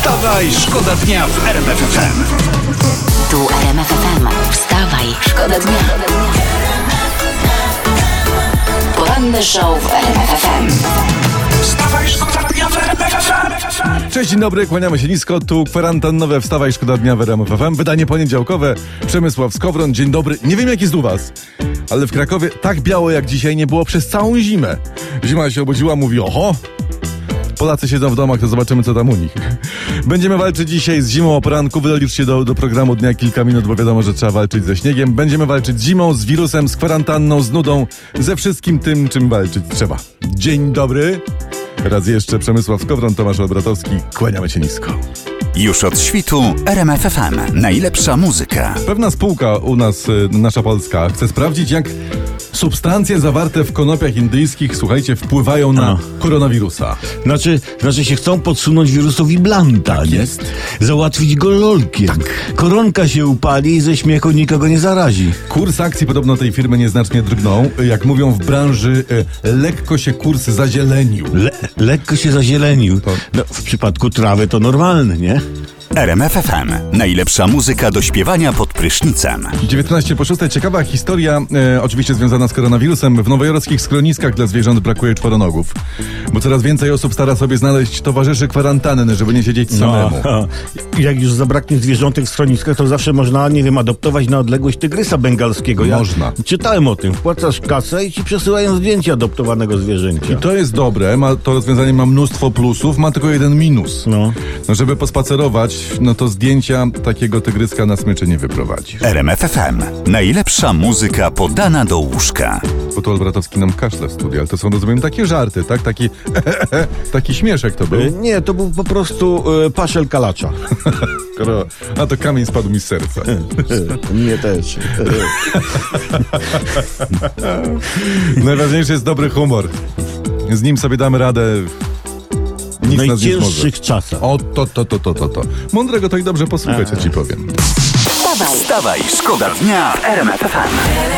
Wstawaj, szkoda dnia w RMF FM. Tu RMF FM. Wstawaj, szkoda dnia. Poranny show w RMF FM. Wstawaj, szkoda dnia w RMF FM. Cześć, dzień dobry, kłaniamy się nisko. Tu kwarantannowe Wstawaj, szkoda dnia w RMF FM. Wydanie poniedziałkowe. Przemysław Skowron, dzień dobry. Nie wiem, jak jest u was, ale w Krakowie tak biało jak dzisiaj nie było przez całą zimę. Zima się obudziła, mówi oho. Polacy siedzą w domach, to zobaczymy, co tam u nich. Będziemy walczyć dzisiaj z zimą o poranku. Wydolisz się do programu dnia kilka minut, bo wiadomo, że trzeba walczyć ze śniegiem. Będziemy walczyć z zimą, z wirusem, z kwarantanną, z nudą, ze wszystkim tym, czym walczyć trzeba. Dzień dobry. Raz jeszcze Przemysław Skowron, Tomasz Olbratowski. Kłaniamy się nisko. Już od świtu RMF FM. Najlepsza muzyka. Pewna spółka u nas, nasza polska, chce sprawdzić, jak substancje zawarte w konopiach indyjskich, słuchajcie, wpływają na koronawirusa. Znaczy się chcą podsunąć wirusowi blanta, Tak nie? jest. Załatwić go lolkiem. Tak. Koronka się upali i ze śmiechu nikogo nie zarazi. Kurs akcji podobno tej firmy nieznacznie drgnął. Jak mówią w branży, lekko się kurs zazielenił. Lekko się zazielenił. No, w przypadku trawy to normalne, nie? RMF FM. Najlepsza muzyka do śpiewania pod prysznicem. 19 po 6. Ciekawa historia, oczywiście związana z koronawirusem. W nowojorskich schroniskach dla zwierząt brakuje czworonogów, bo coraz więcej osób stara sobie znaleźć towarzyszy kwarantanny, żeby nie siedzieć samemu. Jak już zabraknie zwierzątek w schroniskach, to zawsze można, nie wiem, adoptować na odległość tygrysa bengalskiego. Można. Czytałem o tym. Wpłacasz kasę i ci przesyłają zdjęcie adoptowanego zwierzęcia. I to jest dobre, to rozwiązanie ma mnóstwo plusów, ma tylko jeden minus. No, żeby pospacerować, no to zdjęcia takiego tygryska na smyczy nie wyprowadzi. RMF FM. Najlepsza muzyka podana do łóżka. Bo to Olbratowski nam kaszle w studiu, ale to są, rozumiem, takie żarty, tak? Taki śmieszek to był. Nie, to był po prostu paszel kalacza. A to kamień spadł mi z serca. Mnie też. Najważniejszy jest dobry humor. Z nim sobie damy radę. W najcięższych czasach. O, to. Mądrego to i dobrze posłuchać, co ci powiem. Wstawaj, szkoda dnia w RMF FM.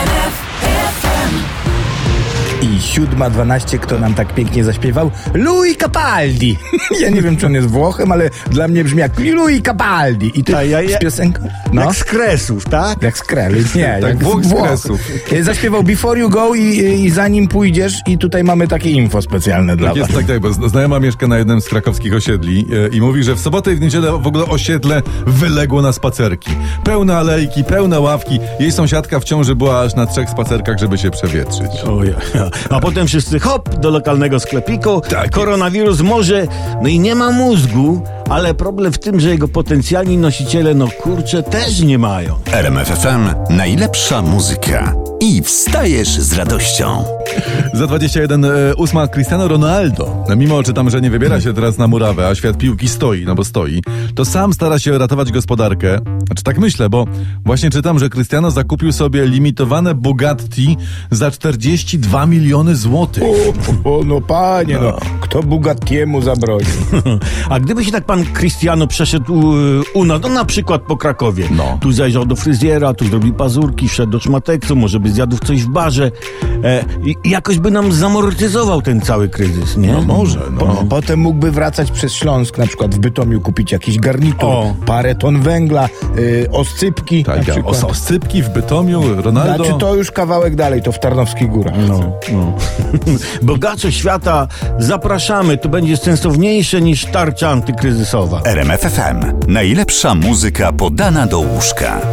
I 7:12, kto nam tak pięknie zaśpiewał? Louis Capaldi. Ja nie wiem, czy on jest Włochem, ale dla mnie brzmi jak Louis Capaldi. I ty z piosenką? No? Jak z Kresów, tak? Jak z Kresów. Nie, Tak, jak Włoch z z Włoch. Kresów. Zaśpiewał Before You Go i zanim pójdziesz, i tutaj mamy takie info specjalne dla was. Tak, bo znajoma mieszka na jednym z krakowskich osiedli i mówi, że w sobotę i w niedzielę w ogóle osiedle wyległo na spacerki. Pełne alejki, pełne ławki. Jej sąsiadka w ciąży była aż na 3 spacerkach, żeby się przewietrzyć. A potem wszyscy hop do lokalnego sklepiku. Tak Koronawirus może, no i nie ma mózgu, ale problem w tym, że jego potencjalni nosiciele, też nie mają. RMF FM. Najlepsza muzyka. I wstajesz z radością. Za 21:08 Cristiano Ronaldo. Mimo czytam, że nie wybiera się teraz na murawę, a świat piłki stoi, bo stoi, to sam stara się ratować gospodarkę. Znaczy tak myślę, bo właśnie czytam, że Cristiano zakupił sobie limitowane Bugatti za 42 miliony złotych. No panie, kto Bugattiemu zabroni? A gdyby się tak pan Cristiano przeszedł u nas, na przykład po Krakowie, tu zajrzał do fryzjera, tu zrobił pazurki, wszedł do szmateksu, może by zjadł coś w barze i jakoś by nam zamortyzował ten cały kryzys, nie? Może. Potem mógłby wracać przez Śląsk, na przykład w Bytomiu kupić jakiś garnitur, parę ton węgla, oscypki. Tak, oscypki w Bytomiu, Ronaldo. Znaczy to już kawałek dalej, to w Tarnowskich Górach. Bogacze świata, zapraszamy, to będzie sensowniejsze niż tarcza antykryzysowa. RMF FM. Najlepsza muzyka podana do łóżka.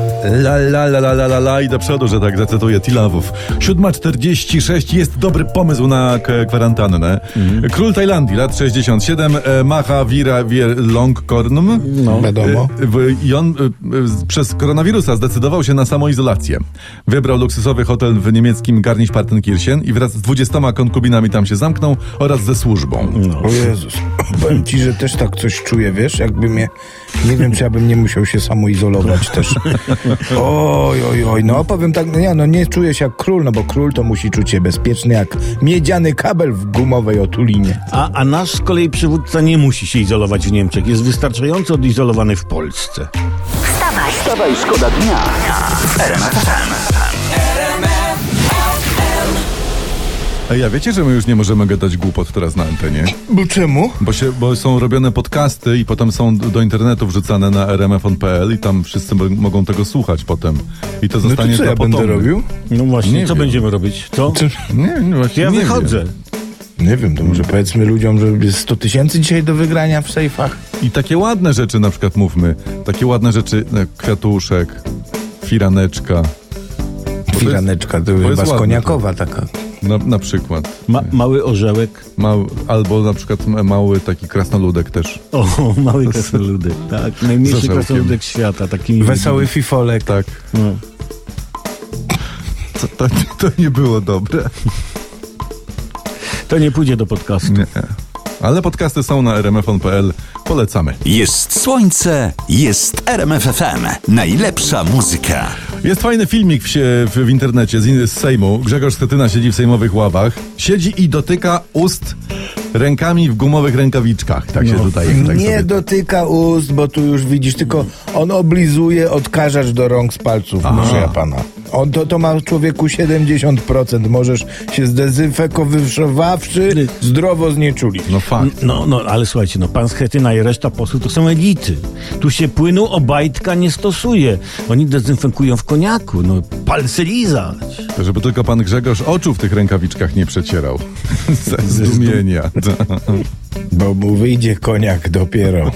La i do przodu, że tak zacytuję Tilawów. 7:46 jest dobry pomysł na kwarantannę. Król Tajlandii, lat 67, Maha Vajiralongkorn. Wiadomo. I on przez koronawirusa zdecydował się na samoizolację. Wybrał luksusowy hotel w niemieckim Garmisch-Partenkirchen i wraz z 20 konkubinami tam się zamknął oraz ze służbą. O Jezus, powiem ci, że też tak coś czuję, wiesz, jakby mnie, nie wiem, czy ja bym nie musiał się samoizolować też. Oj, powiem tak, nie czuję się jak król, bo król to musi czuć się bezpieczny jak miedziany kabel w gumowej otulinie. A nasz z kolei przywódca nie musi się izolować w Niemczech, jest wystarczająco odizolowany w Polsce. Wstawaj, szkoda dnia w RMF FM. Ej, a wiecie, że my już nie możemy gadać głupot teraz na antenie? Bo czemu? Bo są robione podcasty i potem są do internetu wrzucane na rmfon.pl i tam wszyscy mogą tego słuchać potem. I to No zostanie to co dla ja będę potomnych. robił? No właśnie, Nie co wiem. będziemy robić? Co? Nie, właśnie Ja nie wychodzę. wiem. Nie wiem, to może powiedzmy ludziom, że jest 100 000 dzisiaj do wygrania w sejfach. I takie ładne rzeczy na przykład mówmy. Takie ładne rzeczy, kwiatuszek, firaneczka. Firaneczka, to jest chyba z ładne, koniakowa taka. Na przykład. Mały orzełek. Albo na przykład mały taki krasnoludek też. O, mały krasnoludek. Tak, najmniejszy orzełkiem. krasnoludek świata. Taki Wesoły fifolek. Tak. No. To nie było dobre. To nie pójdzie do podcastu. Nie. Ale podcasty są na rmfon.pl. Polecamy. Jest słońce, jest RMF FM. Najlepsza muzyka. Jest fajny filmik w internecie z Sejmu. Grzegorz Schetyna siedzi w sejmowych ławach. Siedzi i dotyka ust rękami w gumowych rękawiczkach. Tak się tutaj... Tak Nie sobie... dotyka ust, bo tu już widzisz, tylko on oblizuje odkażacz do rąk z palców, proszę ja pana. To ma człowieku 70%. Możesz się zdezynfekowywszy, zdrowo znieczulić. No fakt. No, ale słuchajcie, pan Schetyna i reszta posłów to są elity. Tu się płynu Obajtka nie stosuje. Oni dezynfekują w koniaku. No, palce lizać. Żeby tylko pan Grzegorz oczu w tych rękawiczkach nie przecierał. Ze zdumienia. Bo mu wyjdzie koniak dopiero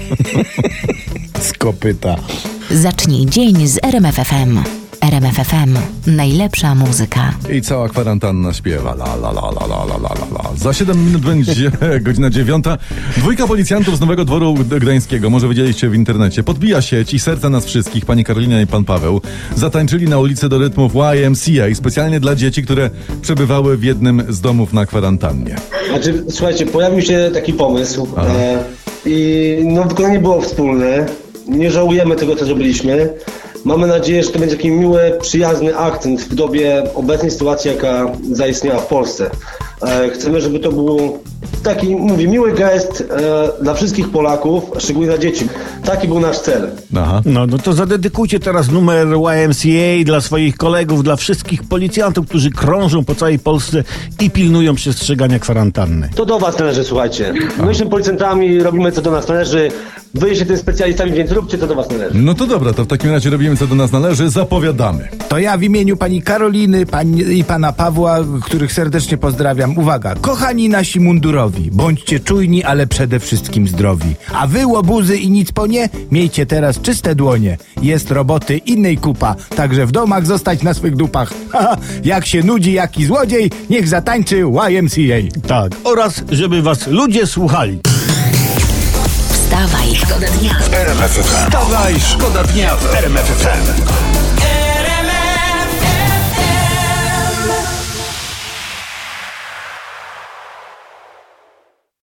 z kopyta. Zacznij dzień z RMF FM. RMF FM. Najlepsza muzyka. I cała kwarantanna śpiewa. La, la, la, la, la, la, la, la. Za 7 minut będzie godzina 9. Dwójka policjantów z Nowego Dworu Gdańskiego, może widzieliście w internecie, podbija sieć i serca nas wszystkich, pani Karolina i pan Paweł, zatańczyli na ulicy do rytmów YMCA, specjalnie dla dzieci, które przebywały w jednym z domów na kwarantannie. Znaczy, słuchajcie, pojawił się taki pomysł i wykonanie było wspólne. Nie żałujemy tego, co zrobiliśmy. Mamy nadzieję, że to będzie taki miły, przyjazny akcent w dobie obecnej sytuacji, jaka zaistniała w Polsce. Chcemy, żeby to był taki, miły gest dla wszystkich Polaków, szczególnie dla dzieci. Taki był nasz cel. Aha. No to zadedykujcie teraz numer YMCA dla swoich kolegów, dla wszystkich policjantów, którzy krążą po całej Polsce i pilnują przestrzegania kwarantanny. To do was należy, słuchajcie. My jesteśmy policjantami, robimy co do nas należy. Wy jesteście tym specjalistami, więc róbcie co do was należy. No to dobra, to w takim razie robimy co do nas należy, zapowiadamy. To ja w imieniu pani Karoliny i pana Pawła, których serdecznie pozdrawiam. Uwaga, kochani nasi mundurowi, bądźcie czujni, ale przede wszystkim zdrowi. A wy, łobuzy i nic po nie, miejcie teraz czyste dłonie. Jest roboty innej kupa, także w domach zostać na swych dupach. Haha, jak się nudzi jaki złodziej, niech zatańczy YMCA. Tak, oraz żeby was ludzie słuchali. Wstawaj, szkoda dnia. RMF FM. Wstawaj, szkoda dnia w RMF FM.